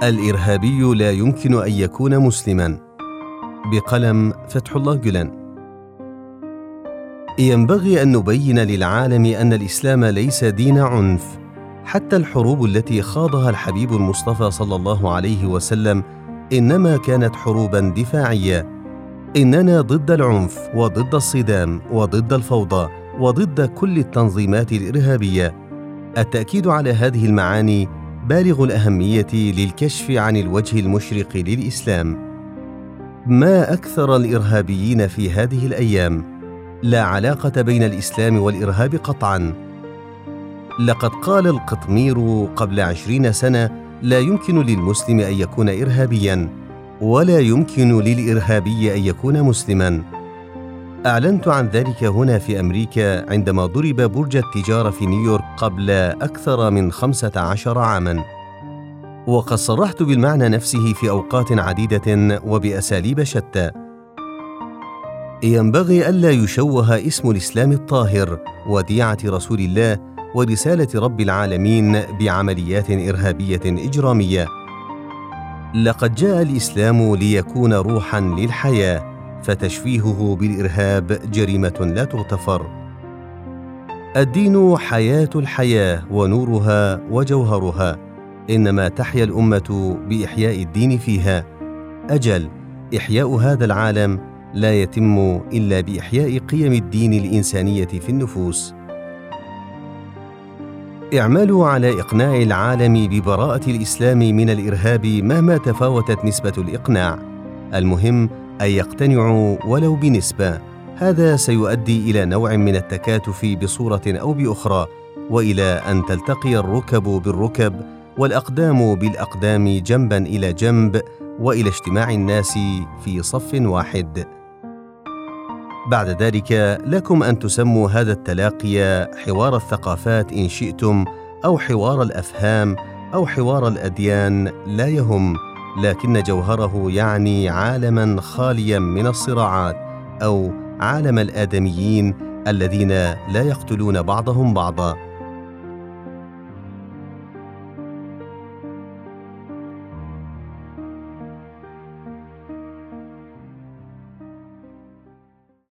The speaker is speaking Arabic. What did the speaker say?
الإرهابي لا يمكن أن يكون مسلماً، بقلم فتح الله جلان. ينبغي أن نبين للعالم أن الإسلام ليس دين عنف. حتى الحروب التي خاضها الحبيب المصطفى صلى الله عليه وسلم إنما كانت حروباً دفاعية. إننا ضد العنف وضد الصدام وضد الفوضى وضد كل التنظيمات الإرهابية. التأكيد على هذه المعاني بالغ الأهمية للكشف عن الوجه المشرق للإسلام. ما أكثر الإرهابيين في هذه الأيام. لا علاقة بين الإسلام والإرهاب قطعاً. لقد قال القطمير قبل 20 سنة: لا يمكن للمسلم أن يكون إرهابياً، ولا يمكن للإرهابي أن يكون مسلماً. أعلنت عن ذلك هنا في أمريكا عندما ضرب برج التجارة في نيويورك قبل أكثر من 15 عاماً. وقد صرحت بالمعنى نفسه في أوقات عديدة وبأساليب شتى. ينبغي ألا يشوه اسم الإسلام الطاهر، وديعة رسول الله، ورسالة رب العالمين بعمليات إرهابية إجرامية. لقد جاء الإسلام ليكون روحاً للحياة، فتشويهه بالإرهاب جريمة لا تغتفر. الدين حياة الحياة ونورها وجوهرها، إنما تحيا الأمة بإحياء الدين فيها. أجل، إحياء هذا العالم لا يتم إلا بإحياء قيم الدين الإنسانية في النفوس. اعملوا على إقناع العالم ببراءة الإسلام من الإرهاب مهما تفاوتت نسبة الإقناع. المهم أن يقتنعوا ولو بنسبة. هذا سيؤدي إلى نوع من التكاتف بصورة أو بأخرى، وإلى أن تلتقي الركب بالركب والأقدام بالأقدام جنباً إلى جنب، وإلى اجتماع الناس في صف واحد. بعد ذلك لكم أن تسموا هذا التلاقي حوار الثقافات إن شئتم، أو حوار الأفهام، أو حوار الأديان، لا يهم، لكن جوهره يعني عالماً خالياً من الصراعات، أو عالم الآدميين الذين لا يقتلون بعضهم بعضاً.